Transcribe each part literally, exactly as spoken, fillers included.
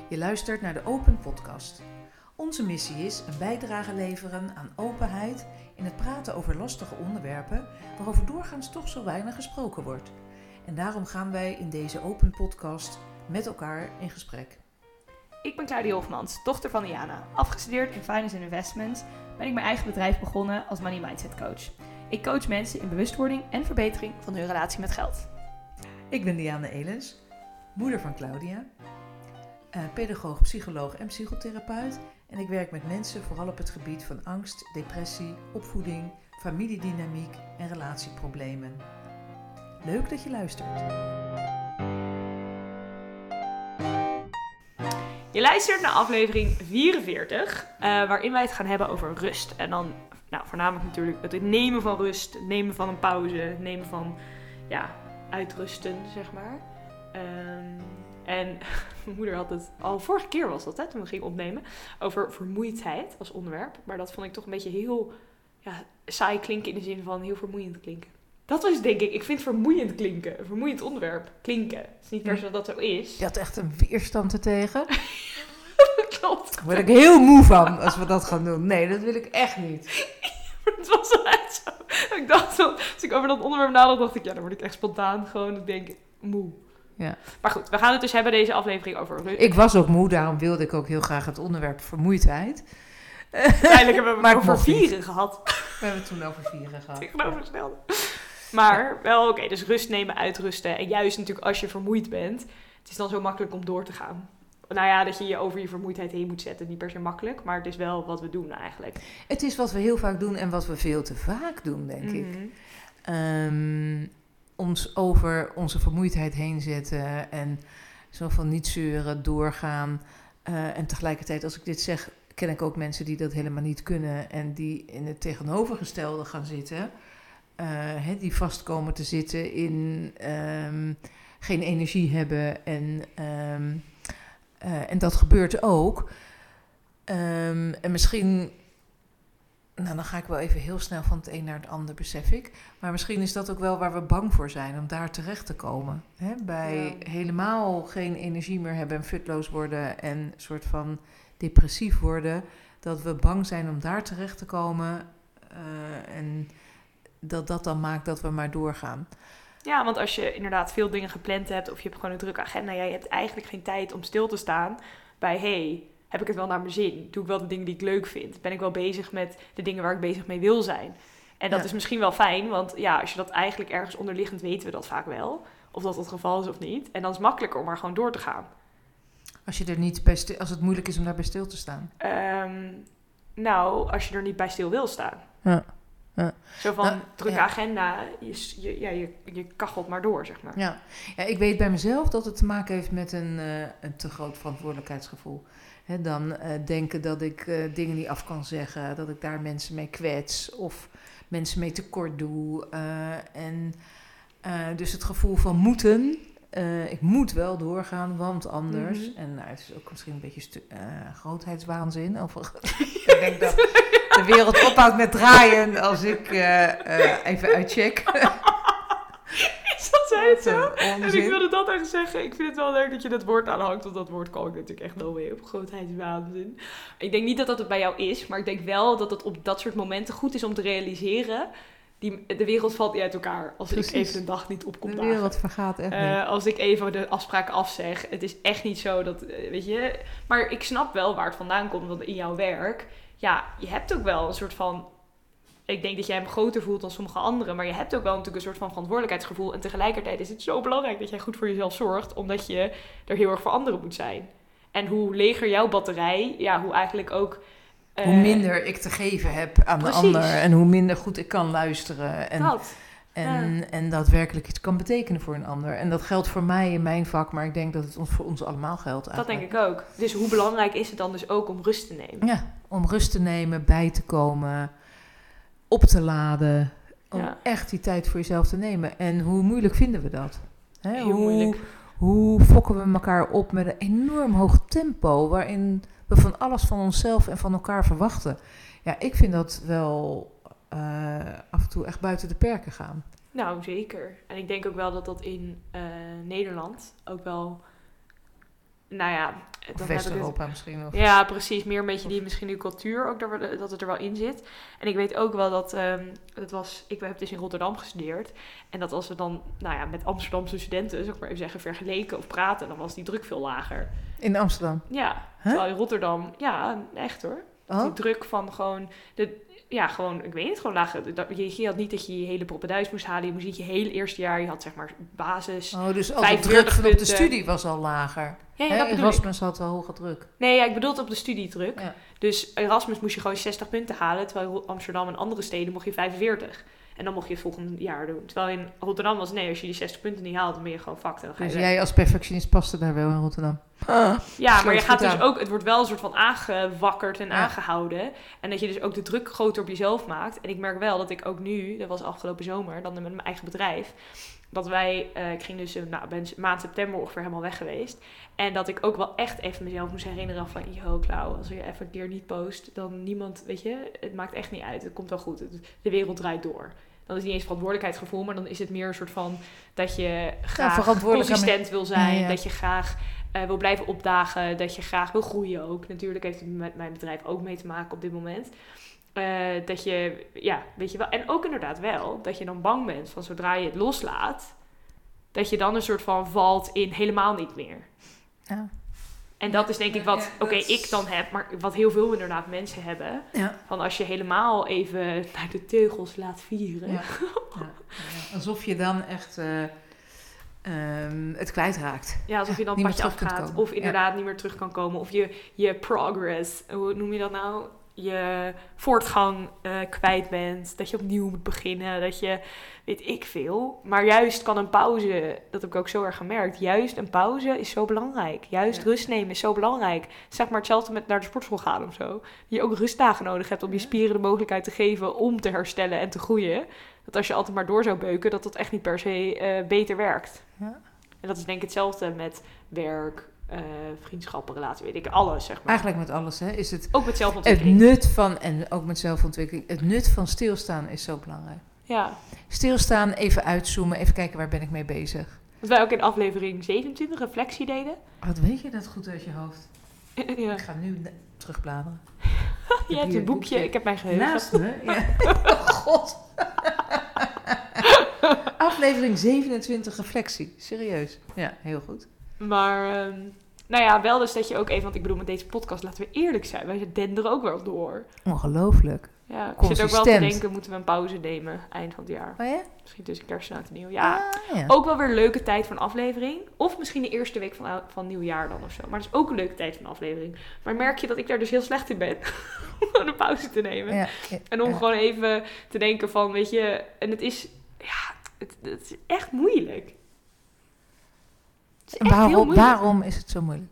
Je luistert naar de Open Podcast. Onze missie is een bijdrage leveren aan openheid in het praten over lastige onderwerpen waarover doorgaans toch zo weinig gesproken wordt. En daarom gaan wij in deze Open Podcast met elkaar in gesprek. Ik ben Claudia Hofmans, dochter van Diana. Afgestudeerd in Finance and Investments ben ik mijn eigen bedrijf begonnen als Money Mindset Coach. Ik coach mensen in bewustwording en verbetering van hun relatie met geld. Ik ben Diana Elens, moeder van Claudia, uh, pedagoog, psycholoog en psychotherapeut. En ik werk met mensen vooral op het gebied van angst, depressie, opvoeding, familiedynamiek en relatieproblemen. Leuk dat je luistert. Je luistert naar aflevering vierenveertig, uh, waarin wij het gaan hebben over rust. En dan nou, voornamelijk natuurlijk het nemen van rust, het nemen van een pauze, het nemen van ja, uitrusten, zeg maar. Um, en mijn moeder had het, al vorige keer was dat, hè, toen we gingen opnemen, over vermoeidheid als onderwerp. Maar dat vond ik toch een beetje heel ja, saai klinken in de zin van heel vermoeiend klinken. Dat was denk ik, ik vind vermoeiend klinken, een vermoeiend onderwerp, klinken. Het is niet per se dat dat zo is. Je had echt een weerstand ertegen. Klopt. Daar word ik heel moe van als we dat gaan doen. Nee, dat wil ik echt niet. Het was wel echt zo. Ik dacht zo, als ik over dat onderwerp nadacht, dacht ik, ja, dan word ik echt spontaan gewoon, ik denk, moe. Ja. Maar goed, we gaan het dus hebben deze aflevering over rust. Ik was ook moe, daarom wilde ik ook heel graag het onderwerp vermoeidheid. Uiteindelijk hebben we Maar het ik over mocht niet. vieren gehad. We hebben het toen over vieren gehad. Tegenovergestelde. Maar wel oké, okay, dus rust nemen, uitrusten. En juist natuurlijk als je vermoeid bent, het is dan zo makkelijk om door te gaan. Nou ja, dat je je over je vermoeidheid heen moet zetten. Niet per se makkelijk, maar het is wel wat we doen eigenlijk. Het is wat we heel vaak doen en wat we veel te vaak doen, denk Mm-hmm. ik. Um, ons over onze vermoeidheid heen zetten en zo van niet zeuren, doorgaan. Uh, en tegelijkertijd, als ik dit zeg, ken ik ook mensen die dat helemaal niet kunnen en die in het tegenovergestelde gaan zitten. Uh, he, die vast komen te zitten in um, geen energie hebben en... Um, Uh, en dat gebeurt ook. Um, en misschien, nou dan ga ik wel even heel snel van het een naar het ander, besef ik. Maar misschien is dat ook wel waar we bang voor zijn, om daar terecht te komen. Hè? Bij ja. helemaal geen energie meer hebben en futloos worden en een soort van depressief worden. Dat we bang zijn om daar terecht te komen. Uh, en dat dat dan maakt dat we maar doorgaan. Ja, want als je inderdaad veel dingen gepland hebt of je hebt gewoon een drukke agenda, ja, je hebt eigenlijk geen tijd om stil te staan bij, hey, heb ik het wel naar mijn zin? Doe ik wel de dingen die ik leuk vind? Ben ik wel bezig met de dingen waar ik bezig mee wil zijn? En dat ja. is misschien wel fijn, want ja, als je dat eigenlijk ergens onderliggend weten we dat vaak wel, of dat het geval is of niet. En dan is het makkelijker om maar gewoon door te gaan. Als je er niet bij stil, als het moeilijk is om daarbij stil te staan? Um, nou, als je er niet bij stil wil staan. Ja. Ja. Zo van, nou, drukke ja. agenda, je, je, ja, je, je kachelt maar door, zeg maar. Ja. ja, ik weet bij mezelf dat het te maken heeft met een, uh, een te groot verantwoordelijkheidsgevoel. He, dan uh, denken dat ik uh, dingen niet af kan zeggen, dat ik daar mensen mee kwets of mensen mee tekort doe. Uh, en uh, dus het gevoel van moeten, uh, ik moet wel doorgaan, want anders. Mm-hmm. En nou, het is ook misschien een beetje stu- uh, grootheidswaanzin. Of, ik denk dat... de wereld ophoudt met draaien als ik uh, uh, even uitcheck. Is dat zo? Het zo? En ik wilde dat echt zeggen. Ik vind het wel leuk dat je dat woord aanhangt. Want dat woord kan ik natuurlijk echt wel weer op grootheidswaanzin. Ik denk niet dat dat het bij jou is. Maar ik denk wel dat het op dat soort momenten goed is om te realiseren. Die, de wereld valt niet uit elkaar. Als Precies. ik even een dag niet opkom dagen. De wereld vergaat echt uh, niet. Als ik even de afspraken afzeg. Het is echt niet zo dat, uh, weet je. Maar ik snap wel waar het vandaan komt. Want in jouw werk... Ja, je hebt ook wel een soort van... Ik denk dat jij hem groter voelt dan sommige anderen. Maar je hebt ook wel natuurlijk een soort van verantwoordelijkheidsgevoel. En tegelijkertijd is het zo belangrijk dat jij goed voor jezelf zorgt. Omdat je er heel erg voor anderen moet zijn. En hoe leger jouw batterij... Ja, hoe eigenlijk ook... Uh, hoe minder ik te geven heb aan Precies. de ander. En hoe minder goed ik kan luisteren. En, dat. En, ja. en daadwerkelijk iets kan betekenen voor een ander. En dat geldt voor mij in mijn vak. Maar ik denk dat het ons voor ons allemaal geldt eigenlijk. Dat denk ik ook. Dus hoe belangrijk is het dan dus ook om rust te nemen? Ja, om rust te nemen, bij te komen, op te laden. Om ja. echt die tijd voor jezelf te nemen. En hoe moeilijk vinden we dat? Hè? Heel hoe, moeilijk. Hoe fokken we elkaar op met een enorm hoog tempo... waarin we van alles van onszelf en van elkaar verwachten. Ja, ik vind dat wel uh, af en toe echt buiten de perken gaan. Nou, zeker. En ik denk ook wel dat dat in uh, Nederland ook wel nou ja... Of dan heb ik West-Europa het, misschien nog. Ja, precies. Meer een beetje die, misschien die cultuur ook, daar, dat het er wel in zit. En ik weet ook wel dat, um, dat was... Ik heb dus in Rotterdam gestudeerd. En dat als we dan, nou ja, met Amsterdamse studenten, zou ik maar even zeggen, vergeleken of praten, dan was die druk veel lager. In Amsterdam? Ja. Huh? Terwijl in Rotterdam, ja, echt hoor. Oh? Die druk van gewoon... De, ja, gewoon, ik weet niet, gewoon lager. Je, je had niet dat je je hele proppenduis moest halen. Je moest niet je hele eerste jaar, je had zeg maar basis. Oh, dus al de druk van op de studie was al lager. Ja, ja, dat Erasmus had wel hoge druk. Nee, ja, ik bedoel het op de studiedruk. Ja. Dus Erasmus moest je gewoon zestig punten halen. Terwijl in Amsterdam en andere steden mocht je vijfenveertig. En dan mocht je het volgend jaar doen. Terwijl in Rotterdam was nee, als je die zestig punten niet haalt, dan ben je gewoon fucked. En dan ga je dus weg. Jij als perfectionist paste daar wel in Rotterdam? Ah, ja, maar je gaat dus ook, het wordt wel een soort van aangewakkerd en ja. aangehouden. En dat je dus ook de druk groter op jezelf maakt. En ik merk wel dat ik ook nu, dat was afgelopen zomer, dan met mijn eigen bedrijf, dat wij, uh, ik ging dus, uh, nou, ben maand september ongeveer helemaal weg geweest. En dat ik ook wel echt even mezelf moest herinneren van, yo, Klauw, als je even een keer niet post, dan niemand, weet je, het maakt echt niet uit. Het komt wel goed. De wereld draait door. Dan is het niet eens verantwoordelijkheidsgevoel, maar dan is het meer een soort van dat je graag ja, consistent wil zijn. Ja, ja. Dat je graag uh, wil blijven opdagen. Dat je graag wil groeien ook. Natuurlijk heeft het met mijn bedrijf ook mee te maken op dit moment. Uh, dat je, ja, weet je wel. En ook inderdaad wel dat je dan bang bent van zodra je het loslaat, dat je dan een soort van valt in helemaal niet meer. Ja. En dat is denk ik wat, oké, okay, ik dan heb, maar wat heel veel inderdaad mensen hebben. Ja. Van als je helemaal even naar de teugels laat vieren. Ja. Ja. Ja. Alsof je dan echt uh, um, het kwijtraakt. Ja, alsof je dan padje afgaat. Of inderdaad ja. niet meer terug kan komen. Of je, je progress, hoe noem je dat nou? Je voortgang uh, kwijt bent. Dat je opnieuw moet beginnen. Dat je, weet ik veel. Maar juist kan een pauze, dat heb ik ook zo erg gemerkt. Juist een pauze is zo belangrijk. Juist ja. rust nemen is zo belangrijk. Zeg maar hetzelfde met naar de sportschool gaan of zo. Dat je ook rustdagen nodig hebt om je spieren de mogelijkheid te geven om te herstellen en te groeien. Dat als je altijd maar door zou beuken, dat dat echt niet per se uh, beter werkt. Ja. En dat is denk ik hetzelfde met werk, Uh, vriendschappen, relatie, weet ik, alles zeg maar. Eigenlijk met alles, hè, is het ook met zelfontwikkeling. Het nut van, en ook met zelfontwikkeling, het nut van stilstaan is zo belangrijk. Ja. Stilstaan, even uitzoomen, even kijken waar ben ik mee bezig. Wat wij ook in aflevering zevenentwintig reflectie deden. Wat weet je dat goed uit je hoofd? Ja. Ik ga nu ne- terugbladeren. Je hebt een boekje, boekje, ik heb mijn geheugen. Naast me, ja. Oh god. Aflevering zevenentwintig reflectie, serieus. Ja, heel goed. Maar, um, nou ja, wel dus dat je ook even, want ik bedoel met deze podcast, laten we eerlijk zijn, wij denderen ook wel door. Ongelooflijk. Ja, ik zit ook wel te denken, moeten we een pauze nemen eind van het jaar. Oh ja? Misschien tussen kerst en oud en nieuw. Ja, ah, ja, ook wel weer een leuke tijd voor een aflevering. Of misschien de eerste week van, van nieuwjaar dan of zo. Maar dat is ook een leuke tijd voor een aflevering. Maar merk je dat ik daar dus heel slecht in ben? Om gewoon een pauze te nemen. Ja, ja, en om ja. gewoon even te denken van, weet je, en het is, ja, het, het is echt moeilijk. En waarom, waarom is het zo moeilijk?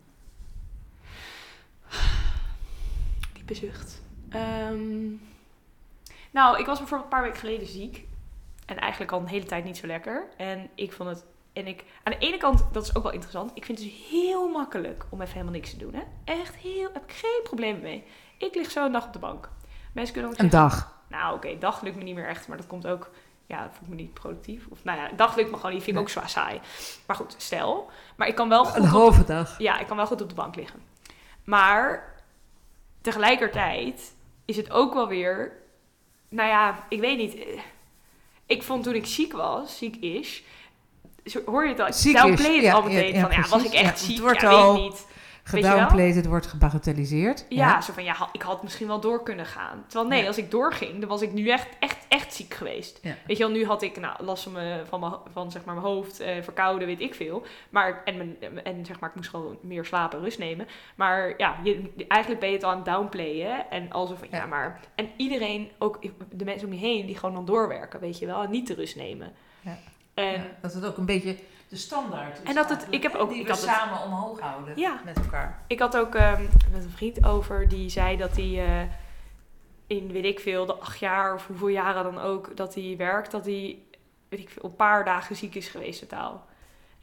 Diepe zucht. Um, nou, ik was bijvoorbeeld een paar weken geleden ziek. En eigenlijk al een hele tijd niet zo lekker. En ik vond het... En ik... Aan de ene kant, dat is ook wel interessant. Ik vind het dus heel makkelijk om even helemaal niks te doen. Hè? Echt heel... Heb ik geen probleem mee. Ik lig zo een dag op de bank. Mensen kunnen ook zeggen... Een dag? Nou, oké. Okay, dag lukt me niet meer echt. Maar dat komt ook... Ja, dat voel ik me niet productief. Of nou ja, een dag lukt me gewoon niet. Vind ik nee. ook zwaar saai. Maar goed, stel. Maar ik kan wel goed... Een halve dag. Ja, ik kan wel goed op de bank liggen. Maar tegelijkertijd is het ook wel weer... Nou ja, ik weet niet. Ik vond toen ik ziek was, ziek is... Hoor je het al? Ik downplay het ja, al meteen. Ja, ja, van, ja, was ik echt ja, ziek? Het wordt ja, al weet ik niet. Gedownplayed, het wordt gebagatelliseerd. Ja, ja, zo van, ja, ik had misschien wel door kunnen gaan. Terwijl nee, ja. als ik doorging, dan was ik nu echt, echt, echt ziek geweest. Ja. Weet je wel, nu had ik nou, last van, me, van, me, van zeg maar, mijn hoofd, eh, verkouden, weet ik veel. Maar, en, mijn, en zeg maar, ik moest gewoon meer slapen, rust nemen. Maar ja, je, eigenlijk ben je het al aan het downplayen. En alsof van, ja. ja, maar... En iedereen, ook de mensen om je heen, die gewoon dan doorwerken, weet je wel. En niet de rust nemen. Ja. En, ja, dat het ook een beetje... De standaard. En dat het, ik heb ook, die ik we had samen het, omhoog houden ja. met elkaar. Ik had ook um, met een vriend over, die zei dat hij uh, in, weet ik veel, de acht jaar of hoeveel jaren dan ook, dat hij werkt, dat hij, weet ik veel, een paar dagen ziek is geweest totaal.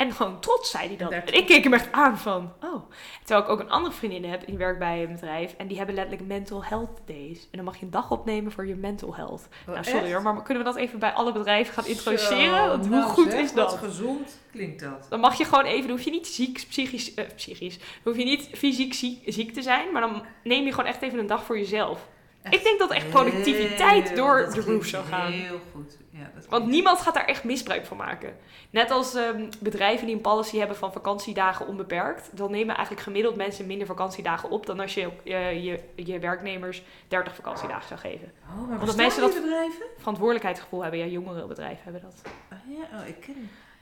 En gewoon trots zei hij dat. En En ik keek hem echt aan van, oh. Terwijl ik ook een andere vriendin heb, die werkt bij een bedrijf. En die hebben letterlijk mental health days. En dan mag je een dag opnemen voor je mental health. Oh, nou, sorry echt? hoor, maar kunnen we dat even bij alle bedrijven gaan introduceren? Zo, Want hoe nou goed zeg, is dat? Wat gezond klinkt dat. Dan mag je gewoon even, dan hoef je niet ziek, psychisch, uh, psychisch, dan hoef je niet fysiek ziek, ziek te zijn. Maar dan neem je gewoon echt even een dag voor jezelf. Echt Ik denk dat echt productiviteit heel- door dat de klinkt roof zou gaan. Heel goed. Ja, dat Want klinkt- niemand gaat daar echt misbruik van maken. Net als um, bedrijven die een policy hebben van vakantiedagen onbeperkt. Dan nemen eigenlijk gemiddeld mensen minder vakantiedagen op dan als je uh, je, je werknemers dertig vakantiedagen zou geven. Oh, maar dat bestaan mensen die dat- bedrijven? Verantwoordelijkheidsgevoel hebben. Ja, jongere bedrijven hebben dat. Oh, ja, oh, ik ken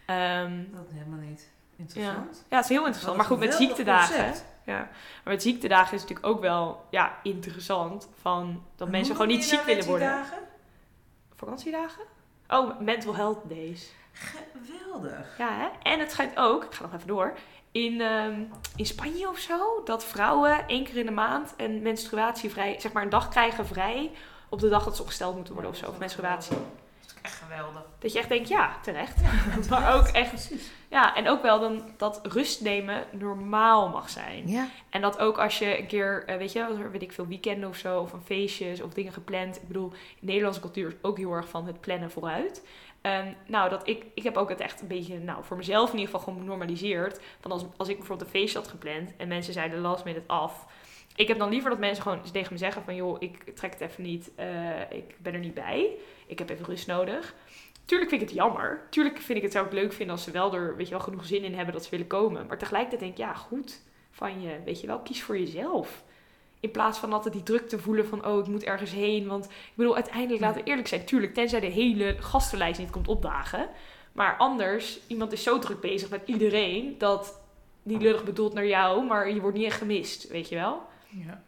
Um, dat helemaal niet. ja. Interessant. ja, het is heel interessant. Maar Wat goed, een met geweldig ziektedagen. concept. Ja. Maar met ziektedagen is natuurlijk ook wel ja, interessant. Van dat En mensen hoe gewoon noem niet je ziek nou willen worden. net die dagen? Vakantiedagen? Oh, mental health days. Geweldig. Ja, hè? En het schijnt ook, ik ga nog even door, in, um, in Spanje of zo, dat vrouwen één keer in de maand een menstruatievrij, zeg maar een dag krijgen vrij op de dag dat ze ongesteld moeten worden of zo, of menstruatie. Dat is echt geweldig. Dat je echt denkt, ja, terecht. Ja, Maar ook echt, precies. ja, en ook wel dan dat rust nemen normaal mag zijn. Ja. En dat ook als je een keer, uh, weet je, weet ik veel, weekenden of zo, of een feestjes of dingen gepland. Ik bedoel, in de Nederlandse cultuur is ook heel erg van het plannen vooruit. Um, nou, dat ik, ik heb ook het echt een beetje, nou, voor mezelf in ieder geval gewoon genormaliseerd. Want als, als ik bijvoorbeeld een feestje had gepland en mensen zeiden last minute af. Ik heb dan liever dat mensen gewoon tegen me zeggen van, joh, ik trek het even niet, uh, ik ben er niet bij. Ik heb even rust nodig. Tuurlijk vind ik het jammer. Tuurlijk vind ik het, zou ik leuk vinden als ze wel er, weet je wel, genoeg zin in hebben dat ze willen komen. Maar tegelijkertijd denk ik, ja, goed van je, weet je wel, kies voor jezelf. In plaats van altijd die druk te voelen van, oh, ik moet ergens heen. Want ik bedoel, uiteindelijk, laten we eerlijk zijn, tuurlijk, tenzij de hele gastenlijst niet komt opdagen. Maar anders, iemand is zo druk bezig met iedereen, dat niet lullig bedoeld naar jou, maar je wordt niet echt gemist, weet je wel? Ja.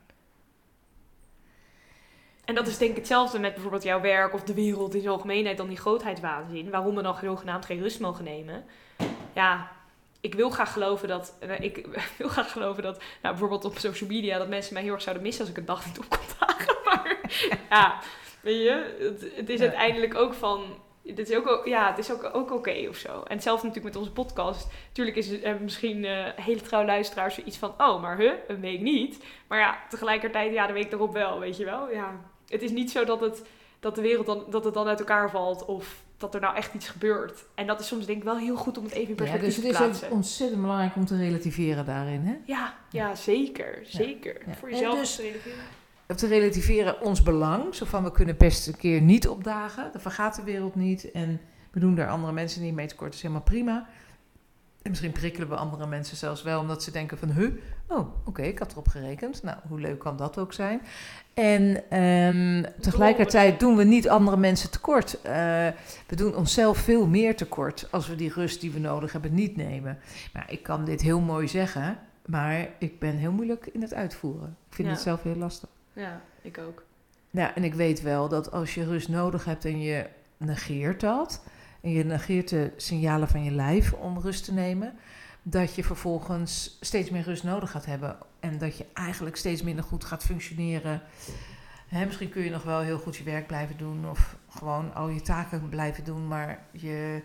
En dat is denk ik hetzelfde met bijvoorbeeld jouw werk of de wereld in zijn algemeenheid dan die grootheidswaanzin. Waarom we dan zogenaamd geen rust mogen nemen. Ja, ik wil graag geloven dat, uh, ik wil graag geloven dat, nou bijvoorbeeld op social media, dat mensen mij heel erg zouden missen als ik een dag niet op kon dagen. Maar ja, weet je, het, het is Ja. uiteindelijk ook van, het is ook, ja, het is ook, ook oké okay of zo. En hetzelfde natuurlijk met onze podcast. Tuurlijk is het uh, misschien uh, hele trouwe luisteraars iets van, oh, maar huh, een week niet. Maar ja, tegelijkertijd, ja, de week erop wel, weet je wel. Ja, het is niet zo dat, het, dat de wereld dan, dat het dan uit elkaar valt of dat er nou echt iets gebeurt. En dat is soms denk ik wel heel goed om het even in Ja, perspectief dus het te is plaatsen. ook ontzettend belangrijk om te relativeren daarin, hè? Ja, ja, zeker, zeker. Ja. Voor En jezelf dus- te realiseren. Te relativeren ons belang. Zo van, we kunnen best een keer niet opdagen. Dan vergaat de wereld niet. En we doen daar andere mensen niet mee tekort. Dat is helemaal prima. En misschien prikkelen we andere mensen zelfs wel. Omdat ze denken van, huh, oh, oké, okay, ik had erop gerekend. Nou, hoe leuk kan dat ook zijn? En um, tegelijkertijd doen we niet andere mensen tekort. Uh, we doen onszelf veel meer tekort als we die rust die we nodig hebben niet nemen. Maar ik kan dit heel mooi zeggen, maar ik ben heel moeilijk in het uitvoeren. Ik vind Ja. het zelf heel lastig. Ja, ik ook. Ja, en ik weet wel dat als je rust nodig hebt en je negeert dat, en je negeert de signalen van je lijf om rust te nemen, dat je vervolgens steeds meer rust nodig gaat hebben. En dat je eigenlijk steeds minder goed gaat functioneren. Hè, misschien kun je nog wel heel goed je werk blijven doen of gewoon al je taken blijven doen, maar je,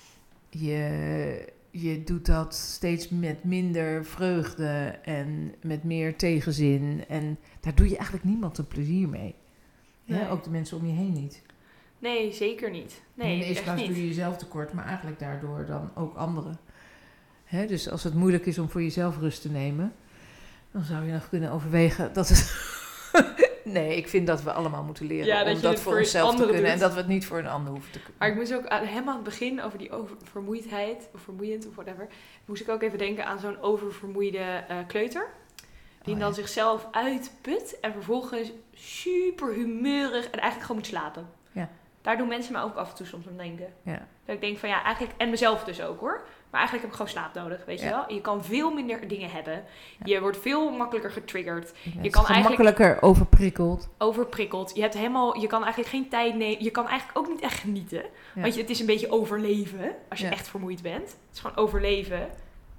je, je doet dat steeds met minder vreugde en met meer tegenzin. En daar doe je eigenlijk niemand een plezier mee. Nee. Hè, ook de mensen om je heen niet. Nee, zeker niet. Nee, en in de eerste echt plaats niet. doe je jezelf tekort, maar eigenlijk daardoor dan ook anderen. Hè, dus als het moeilijk is om voor jezelf rust te nemen, dan zou je nog kunnen overwegen dat het... nee, ik vind dat we allemaal moeten leren Ja, dat om je dat het voor voor onszelf te anderen kunnen. doet. En dat we het niet voor een ander hoeven te kunnen. Maar ik moest ook aan, helemaal aan het begin over die over, vermoeidheid, of vermoeiend of whatever, moest ik ook even denken aan zo'n oververmoeide uh, kleuter. Die Oh, dan ja. zichzelf uitput en vervolgens super humeurig en eigenlijk gewoon moet slapen. Ja. Daar doen mensen me ook af en toe soms aan denken. Ja. Dat ik denk van ja, eigenlijk, en mezelf dus ook hoor. Maar eigenlijk heb ik gewoon slaap nodig, weet je Ja. wel. Je kan veel minder dingen hebben. Ja. Je wordt veel makkelijker getriggerd. Je kan kan eigenlijk- gemakkelijker overprikkeld. Overprikkeld. Je hebt helemaal, je kan eigenlijk geen tijd nemen. Je kan eigenlijk ook niet echt genieten. Ja. Want je, het is een beetje overleven. Als je Ja. echt vermoeid bent. Het is gewoon overleven.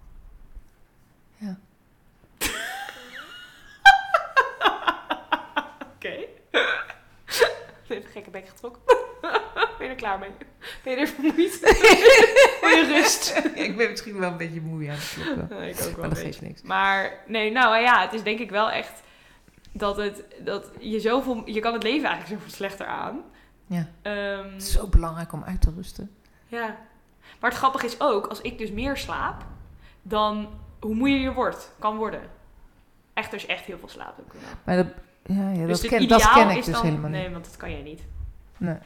Ja. Oké. Even een gekke bek getrokken. Ben je er klaar mee? Ben je er vermoeid? voor je rust. Ik ben misschien wel een beetje moe aan het kloppen. Nee, ik ook wel Maar dat een geeft beetje. niks. Maar nee, nou ja, het is denk ik wel echt dat, het, dat je zoveel... Je kan het leven eigenlijk zoveel slechter aan. Ja. Um, Het is zo belangrijk om uit te rusten. Ja. Maar het grappige is ook, als ik dus meer slaap, dan hoe moeier je wordt, kan worden. Echt, als je echt heel veel slaapt. Ook wel. Maar dat, ja, ja, Dus dat, het ken, dat ideaal ken ik is dus dan, helemaal niet. Nee, want dat kan jij niet. Nee.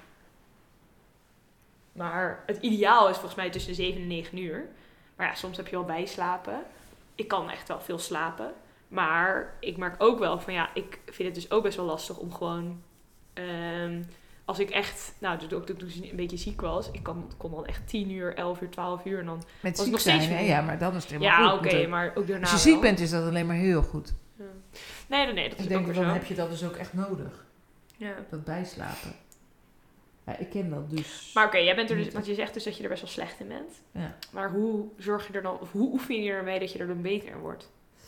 Maar het ideaal is volgens mij tussen zeven en negen uur. Maar ja, soms heb je wel bijslapen. Ik kan echt wel veel slapen. Maar ik merk ook wel van ja, ik vind het dus ook best wel lastig om gewoon... Um, als ik echt, nou, dus ook toen ik een beetje ziek was, ik kon, kon dan echt tien uur, elf uur, twaalf uur en dan Met was ziek nog steeds zijn, hè? moe. Ja, maar dan is het helemaal ja, goed. oké, okay, natuurlijk. maar ook daarna Als je ziek wel. bent, is dat alleen maar heel goed. Ja. Nee, nee, nee, dat Ik is denk ook dat weer dan zo. heb je dat dus ook echt nodig. Ja. Dat bijslapen. Ja, ik ken dat dus. Maar oké, okay, jij bent er dus, niet. want je zegt dus dat je er best wel slecht in bent. Ja. Maar hoe zorg je er dan, of hoe oefen je ermee dat je er dan beter in wordt?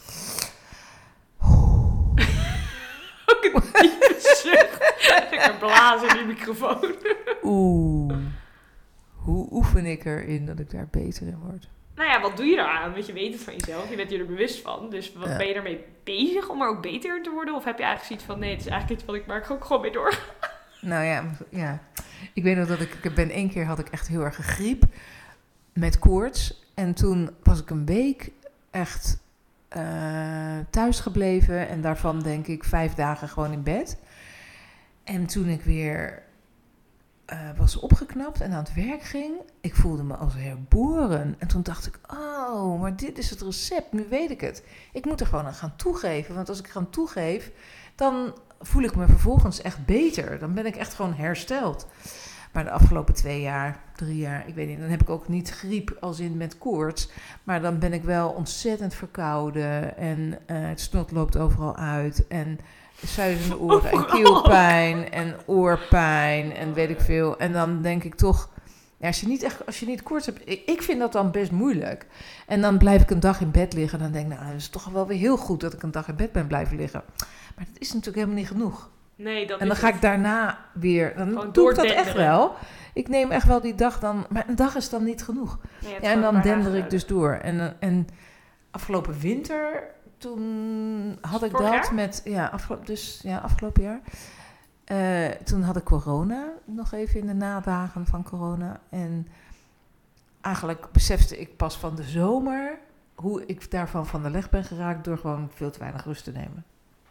Ook een diepe zucht. Lekker blazen in die microfoon. Oeh. Hoe oefen ik erin dat ik daar beter in word? Nou ja, wat doe je eraan? Want je weet het van jezelf. Je bent je er bewust van. Dus wat, Ja. ben je ermee bezig om er ook beter in te worden? Of heb je eigenlijk zoiets van, nee, het is eigenlijk iets wat ik maak ook gewoon mee door. Nou ja, ja. Ik weet nog dat ik, ik ben één keer had ik echt heel erg griep met koorts. En toen was ik een week echt uh, thuis gebleven. En daarvan denk ik vijf dagen gewoon in bed. En toen ik weer uh, was opgeknapt en aan het werk ging, ik voelde me als herboren. En toen dacht ik, oh, maar dit is het recept, nu weet ik het. Ik moet er gewoon aan gaan toegeven, want als ik gaan toegeef, dan voel ik me vervolgens echt beter. Dan ben ik echt gewoon hersteld. Maar de afgelopen twee jaar, drie jaar, ik weet niet, dan heb ik ook niet griep als in met koorts. Maar dan ben ik wel ontzettend verkouden en uh, het snot loopt overal uit en zuizende oren en keelpijn en oorpijn en weet ik veel. En dan denk ik toch, ja, als je niet echt, als je niet koorts hebt, ik, ik vind dat dan best moeilijk. En dan blijf ik een dag in bed liggen en dan denk ik, nou, het is toch wel weer heel goed dat ik een dag in bed ben blijven liggen. Maar dat is natuurlijk helemaal niet genoeg. Nee, dat en dan is ga het. ik daarna weer, dan Gewoon doe ik dat doordenderen. echt wel. Ik neem echt wel die dag dan, maar een dag is dan niet genoeg. Nee, het Ja, is en gewoon dan een paar dender dagen ik dus door. En, eh, en afgelopen winter, toen had ik Vorig dat jaar? met, ja, afgelopen, dus, ja, afgelopen jaar. Uh, toen had ik corona, nog even in de nadagen van corona. En eigenlijk besefte ik pas van de zomer hoe ik daarvan van de leg ben geraakt door gewoon veel te weinig rust te nemen.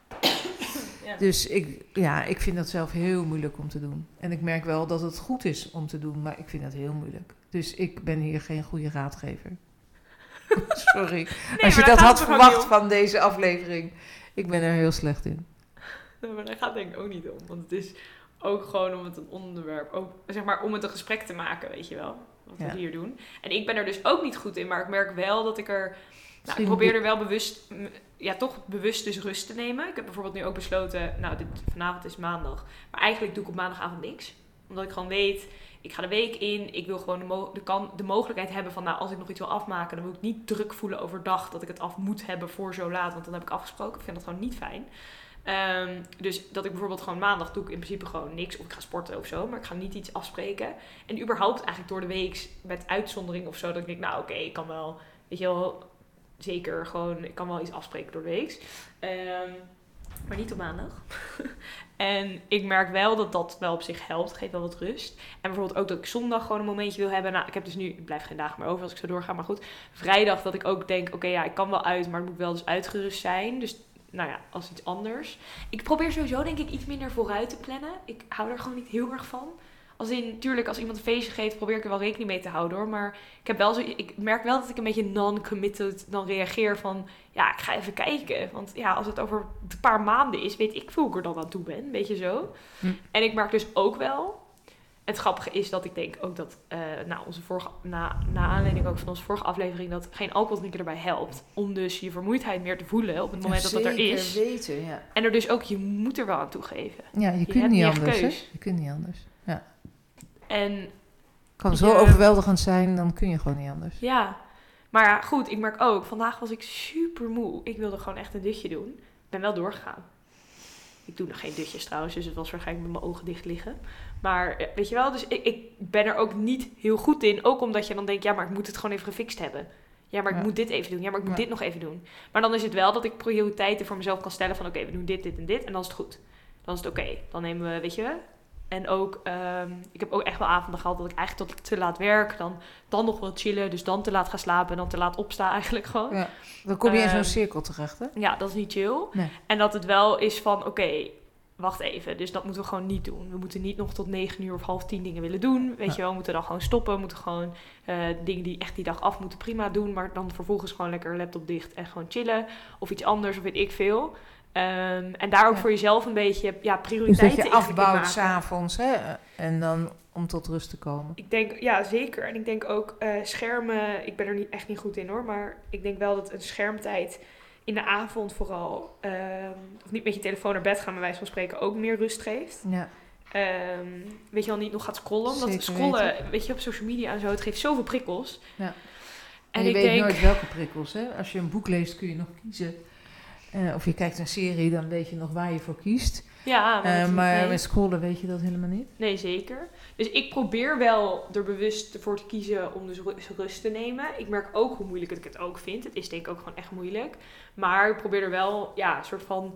Ja. Dus ik, ja, ik vind dat zelf heel moeilijk om te doen. En ik merk wel dat het goed is om te doen, maar ik vind dat heel moeilijk. Dus ik ben hier geen goede raadgever. Sorry. Nee, als je maar dat daar had gaat het toch ook verwacht niet om? van deze aflevering. Ik ben er heel slecht in. Nee, maar daar gaat het denk ik ook niet om. Want het is ook gewoon om het een onderwerp, ook, zeg maar om het een gesprek te maken, weet je wel. Wat Ja. we hier doen. En ik ben er dus ook niet goed in, maar ik merk wel dat ik er... Nou, Misschien ik probeer be- er wel bewust, m- ja, toch bewust dus rust te nemen. Ik heb bijvoorbeeld nu ook besloten, nou, dit, vanavond is maandag. Maar eigenlijk doe ik op maandagavond niks. Omdat ik gewoon weet, ik ga de week in. Ik wil gewoon de, mo- de, kan, de mogelijkheid hebben van, nou, als ik nog iets wil afmaken, dan moet ik niet druk voelen overdag dat ik het af moet hebben voor zo laat. Want dan heb ik afgesproken. Ik vind dat gewoon niet fijn. Um, dus dat ik bijvoorbeeld gewoon maandag doe ik in principe gewoon niks. Of ik ga sporten of zo. Maar ik ga niet iets afspreken. En überhaupt eigenlijk door de week met uitzondering of zo. Dat ik denk, nou oké, okay, ik kan wel, weet je wel, zeker gewoon, ik kan wel iets afspreken door de week. Um, maar niet op maandag. En ik merk wel dat dat wel op zich helpt. Geeft wel wat rust. En bijvoorbeeld ook dat ik zondag gewoon een momentje wil hebben. Nou, ik heb dus nu, ik blijf geen dagen meer over als ik zo doorga. Maar goed, vrijdag dat ik ook denk, oké, okay, ja, ik kan wel uit. Maar het moet wel dus uitgerust zijn. Dus nou ja, als iets anders. Ik probeer sowieso denk ik iets minder vooruit te plannen. Ik hou er gewoon niet heel erg van. Als in, tuurlijk, als iemand een feestje geeft, probeer ik er wel rekening mee te houden hoor. Maar ik heb wel zo, ik merk wel dat ik een beetje non-committed dan reageer van, ja, ik ga even kijken. Want ja, als het over een paar maanden is, weet ik hoe ik er dan aan toe ben. Weet je zo. Hm. En ik merk dus ook wel, het grappige is dat ik denk ook dat, uh, nou, onze vorige, na, na aanleiding ook van onze vorige aflevering, dat geen alcohol drinken erbij helpt. Om dus je vermoeidheid meer te voelen op het moment ja, dat dat er is. Weten, ja. En er dus ook, je moet er wel aan toegeven. Ja, je, je kunt niet anders, hè? Je kunt niet anders, ja. En kan zo je, overweldigend zijn, dan kun je gewoon niet anders. Ja, maar ja, goed, ik merk ook, vandaag was ik super moe. Ik wilde gewoon echt een dutje doen. Ik ben wel doorgegaan. Ik doe nog geen dutjes trouwens, dus het was waarschijnlijk met mijn ogen dicht liggen. Maar weet je wel, dus ik, ik ben er ook niet heel goed in. Ook omdat je dan denkt, ja, maar ik moet het gewoon even gefixt hebben. Ja, maar ik Ja. moet dit even doen. Ja, maar ik moet Ja. dit nog even doen. Maar dan is het wel dat ik prioriteiten voor mezelf kan stellen van... oké, okay, we doen dit, dit en dit en dan is het goed. Dan is het oké. Okay. Dan nemen we, weet je... En ook, um, ik heb ook echt wel avonden gehad dat ik eigenlijk tot te laat werk. Dan, dan nog wel chillen, dus dan te laat gaan slapen en dan te laat opstaan eigenlijk gewoon. Ja. Dan kom je in zo'n Um, cirkel terecht, hè? Ja, dat is niet chill. Nee. En dat het wel is van, oké, okay, wacht even. Dus dat moeten we gewoon niet doen. We moeten niet nog tot negen uur of half tien dingen willen doen. Weet Ja. je wel, we moeten dan gewoon stoppen. We moeten gewoon uh, dingen die echt die dag af moeten prima doen. Maar dan vervolgens gewoon lekker laptop dicht en gewoon chillen. Of iets anders, of weet ik veel. Um, en daar ook Ja. voor jezelf een beetje ja, Dus prioriteiten dat je in- in afbouwt maken. s'avonds, hè? En dan om tot rust te komen. Ik denk, ja zeker. En ik denk ook uh, schermen, ik ben er niet, echt niet goed in hoor. Maar ik denk wel dat een schermtijd in de avond vooral, um, of niet met je telefoon naar bed gaan, bij wijze van spreken, ook meer rust geeft. Ja. Um, weet je wel, niet nog gaat scrollen. Omdat Zeker scrollen, weten. weet je, op social media en zo, het geeft zoveel prikkels. Ja. En, En je ik weet denk, nooit welke prikkels, hè? Als je een boek leest kun je nog kiezen. Uh, of je kijkt een serie, dan weet je nog waar je voor kiest. ja, maar, Uh, het- maar nee, met scrollen weet je dat helemaal niet. nee, zeker. Dus ik probeer wel er bewust voor te kiezen om dus ru- rust te nemen. Ik merk ook hoe moeilijk ik het ook vind. Het is denk ik ook gewoon echt moeilijk. Maar ik probeer er wel, ja, een soort van,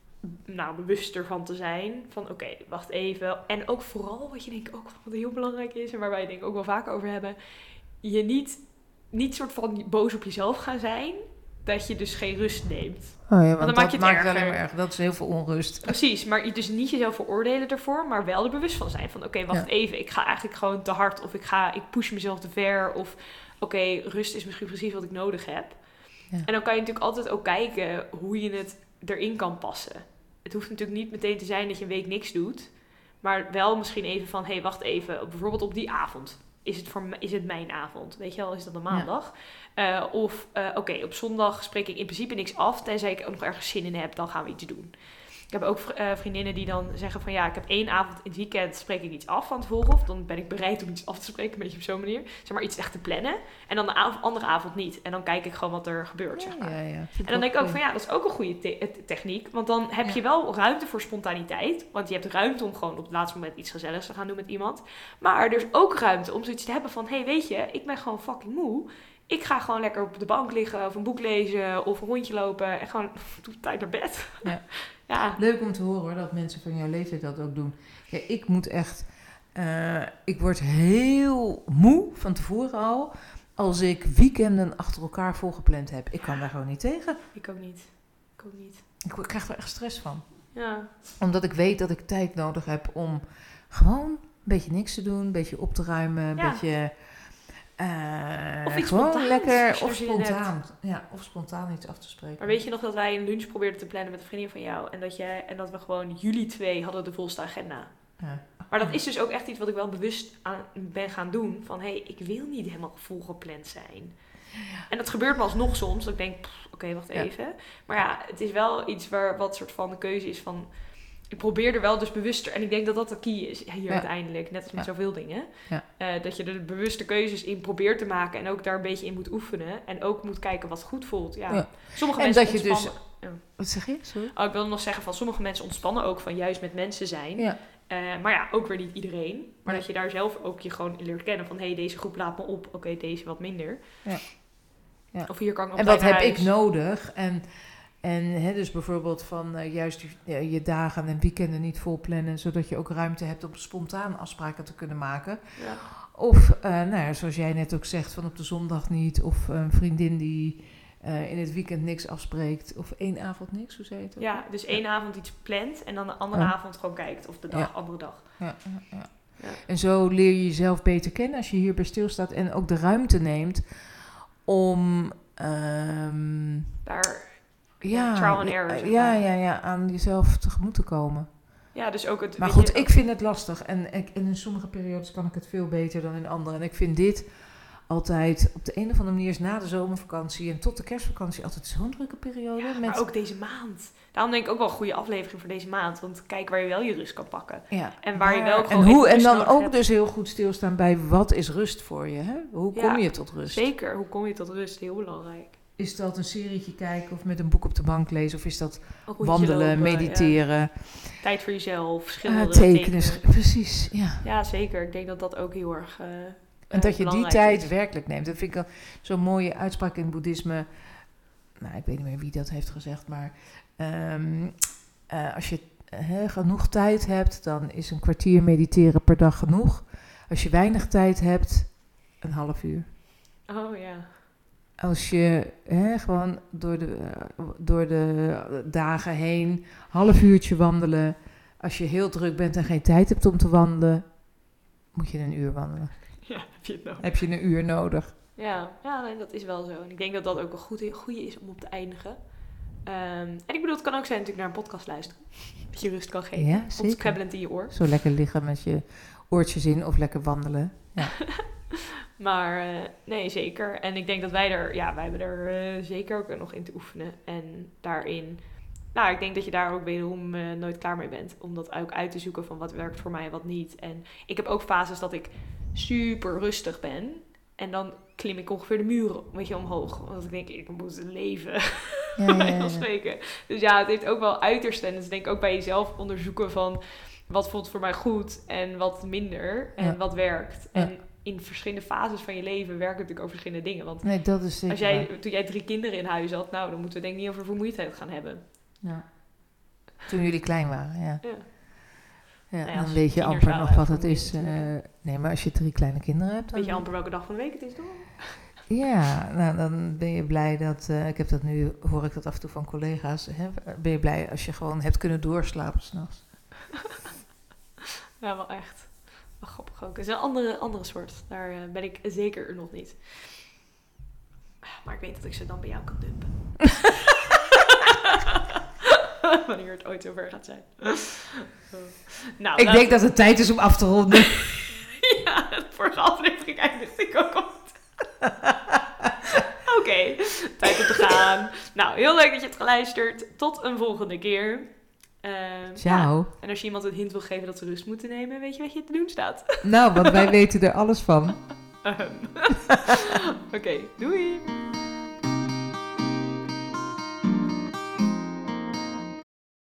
nou, bewuster van te zijn. Van, oké, okay, wacht even. En ook vooral, wat je denk ik ook wat heel belangrijk is, en waar wij het denk ik ook wel vaker over hebben, je niet, niet soort van boos op jezelf gaan zijn, dat je dus geen rust neemt. Oh ja, want, dan dat maak je het maakt het erger. alleen maar erg. Dat is heel veel onrust. Precies, maar je dus niet jezelf veroordelen ervoor, maar wel er bewust van zijn. Van oké, okay, wacht Ja. even, ik ga eigenlijk gewoon te hard. Of ik, ga, ik push mezelf te ver. Of oké, okay, rust is misschien precies wat ik nodig heb. Ja. En dan kan je natuurlijk altijd ook kijken hoe je het erin kan passen. Het hoeft natuurlijk niet meteen te zijn dat je een week niks doet. Maar wel misschien even van, hé, hey, wacht even. Bijvoorbeeld op die avond. Is het, voor m- is het mijn avond? Weet je wel, is dat een maandag? Ja. Uh, of, uh, oké, okay, op zondag spreek ik in principe niks af. Tenzij ik ook nog ergens zin in heb, dan gaan we iets doen. Ik heb ook uh, vriendinnen die dan zeggen van... ja, ik heb één avond in het weekend, spreek ik iets af van tevoren. Of dan ben ik bereid om iets af te spreken, een beetje op zo'n manier. Zeg maar, iets echt te plannen. En dan de av- andere avond niet. En dan kijk ik gewoon wat er gebeurt, Ja, zeg maar. ja, ja. En dan denk ik ook van ja, dat is ook een goede te- techniek. Want dan heb je Ja. wel ruimte voor spontaniteit. Want je hebt ruimte om gewoon op het laatste moment iets gezelligs te gaan doen met iemand. Maar er is ook ruimte om zoiets te hebben van... hé, hey, weet je, ik ben gewoon fucking moe. Ik ga gewoon lekker op de bank liggen of een boek lezen of een rondje lopen. En gewoon doe tijd naar bed. Ja. ja. Leuk om te horen hoor, dat mensen van jouw leeftijd dat ook doen. Ja, ik moet echt... Uh, ik word heel moe van tevoren al... als ik weekenden achter elkaar volgepland heb. Ik kan daar gewoon niet tegen. Ik ook niet. Ik ook niet. Ik krijg er echt stress van. Ja. Omdat ik weet dat ik tijd nodig heb om gewoon een beetje niks te doen. Een beetje op te ruimen. Een Ja. beetje... Uh, of iets gewoon spontaans, lekker, als je of er zin in spontaan. Ja, of spontaan iets af te spreken. Maar weet je nog dat wij een lunch probeerden te plannen met een vriendin van jou. En dat, jij, en dat we gewoon jullie twee hadden de volste agenda. Ja. Maar dat is dus ook echt iets wat ik wel bewust aan ben gaan doen. Van, hé, hey, ik wil niet helemaal volgepland zijn. En dat gebeurt me alsnog soms. Dat ik denk, oké, okay, wacht ja. even. Maar ja, het is wel iets waar wat soort van de keuze is van... Ik probeer er wel dus bewuster... En ik denk dat dat de key is hier ja. uiteindelijk. Net als met ja. zoveel dingen. Ja. Uh, dat je er de bewuste keuzes in probeert te maken. En ook daar een beetje in moet oefenen. En ook moet kijken wat goed voelt. Ja. Ja. Sommige en mensen dat je ontspannen... dus... Ja. Wat zeg je? Sorry? Oh, ik wilde nog zeggen van sommige mensen ontspannen ook van juist met mensen zijn. Ja. Uh, maar ja, ook weer niet iedereen. Maar ja. dat je daar zelf ook je gewoon in leert kennen van... hé, hey, deze groep laat me op. Oké, okay, deze wat minder. Ja. Ja. Of hier kan ik nog en wat heb huis. ik nodig? En, en hè, dus bijvoorbeeld van uh, juist je, je dagen en weekenden niet vol plannen... zodat je ook ruimte hebt om spontaan afspraken te kunnen maken. Ja. Of, uh, nou ja, zoals jij net ook zegt, van op de zondag niet. Of een vriendin die uh, in het weekend niks afspreekt. Of één avond niks, hoe zei je het ook? Ja, dus één ja. avond iets plant en dan de andere ja. avond gewoon kijkt. Of de dag, ja. andere dag. Ja, ja, ja. Ja. En zo leer je jezelf beter kennen als je hierbij stilstaat. En ook de ruimte neemt om... Um, Daar ja, trial and error. Zeg ja, maar. ja, ja, aan jezelf tegemoet te komen. Ja, dus ook het... Maar weet goed, je, ik vind het lastig. En, ik, en in sommige periodes kan ik het veel beter dan in andere. En ik vind dit altijd op de een of andere manier is na de zomervakantie en tot de kerstvakantie altijd zo'n drukke periode. Ja, met... maar ook deze maand. Daarom denk ik ook wel een goede aflevering voor deze maand. Want kijk waar je wel je rust kan pakken. Ja, en waar maar, je wel en, gewoon hoe, en rust dan nodig ook hebt. dus heel goed stilstaan bij wat is rust voor je. Hè? Hoe kom ja, je tot rust? Zeker, hoe kom je tot rust? Heel belangrijk. is dat een serietje kijken of met een boek op de bank lezen? Of is dat Een rondje wandelen, lopen, mediteren? ja. Tijd voor jezelf, Uh, schilderen, tekenen, tekenen. precies, ja. Ja, zeker. Ik denk dat dat ook heel erg uh, En dat je die belangrijk tijd is. werkelijk neemt. Dat vind ik al zo'n mooie uitspraak in het boeddhisme. Nou, ik weet niet meer wie dat heeft gezegd, maar um, uh, als je uh, genoeg tijd hebt, dan is een kwartier mediteren per dag genoeg. Als je weinig tijd hebt, een half uur. Oh ja. Als je hè, gewoon door de, uh, door de dagen heen half uurtje wandelen. Als je heel druk bent en geen tijd hebt om te wandelen, moet je een uur wandelen. Ja, heb je het nodig. Heb je een uur nodig. Ja, ja nee, dat is wel zo. En ik denk dat dat ook een goede, goede is om op te eindigen. Um, en ik bedoel, het kan ook zijn natuurlijk naar een podcast luisteren. Dat je rust kan geven. Ja, Of zeker. krabbelend in je oor. Zo lekker liggen met je oortjes in of lekker wandelen. Ja. Maar uh, nee, zeker. En ik denk dat wij er, ja, wij hebben er uh, zeker ook nog in te oefenen. En daarin, nou, ik denk dat je daar ook wederom uh, nooit klaar mee bent. Om dat ook uit te zoeken van wat werkt voor mij en wat niet. En ik heb ook fases dat ik super rustig ben. En dan klim ik ongeveer de muren, weet je, omhoog. Want ik denk, ik moet leven. Ja, ja, ja, ja. spreken. Dus ja, het heeft ook wel uitersten. En dus denk ik ook bij jezelf onderzoeken van wat voelt voor mij goed en wat minder. En Ja. wat werkt. Ja. En in verschillende fases van je leven werken natuurlijk ook verschillende dingen. Want Nee, dat is zeker als jij, waar. toen jij drie kinderen in huis had, nou, dan moeten we denk ik niet over vermoeidheid gaan hebben. Ja. Toen jullie klein waren, ja. Ja. Ja, Nou ja, dan als weet je tieners amper wel, nog hè, wat het vermoeiend is. Uh, natuurlijk. nee, maar als je drie kleine kinderen hebt... Dan Weet je amper welke dag van de week het is, toch? Ja, nou, dan ben je blij dat... Uh, ik heb dat nu, hoor ik dat af en toe van collega's. Hè, ben je blij als je gewoon hebt kunnen doorslapen 's nachts. Ja, wel echt. Wel grappig ook. Het is een andere, andere soort. Daar uh, ben ik zeker nog niet. Maar ik weet dat ik ze dan bij jou kan dumpen. Wanneer het ooit zover gaat zijn. Zo. Nou, Ik laten- denk dat het tijd is om af te ronden. Ja, de vorige aflevering eindigde ik ook al. Oké, okay, tijd om te gaan. Nou, heel leuk dat je hebt geluisterd. Tot een volgende keer. Uh, Ciao. Ja. En als je iemand een hint wil geven dat ze rust moeten nemen, weet je wat je te doen staat. Nou, want wij weten er alles van. Um. Oké, okay, doei!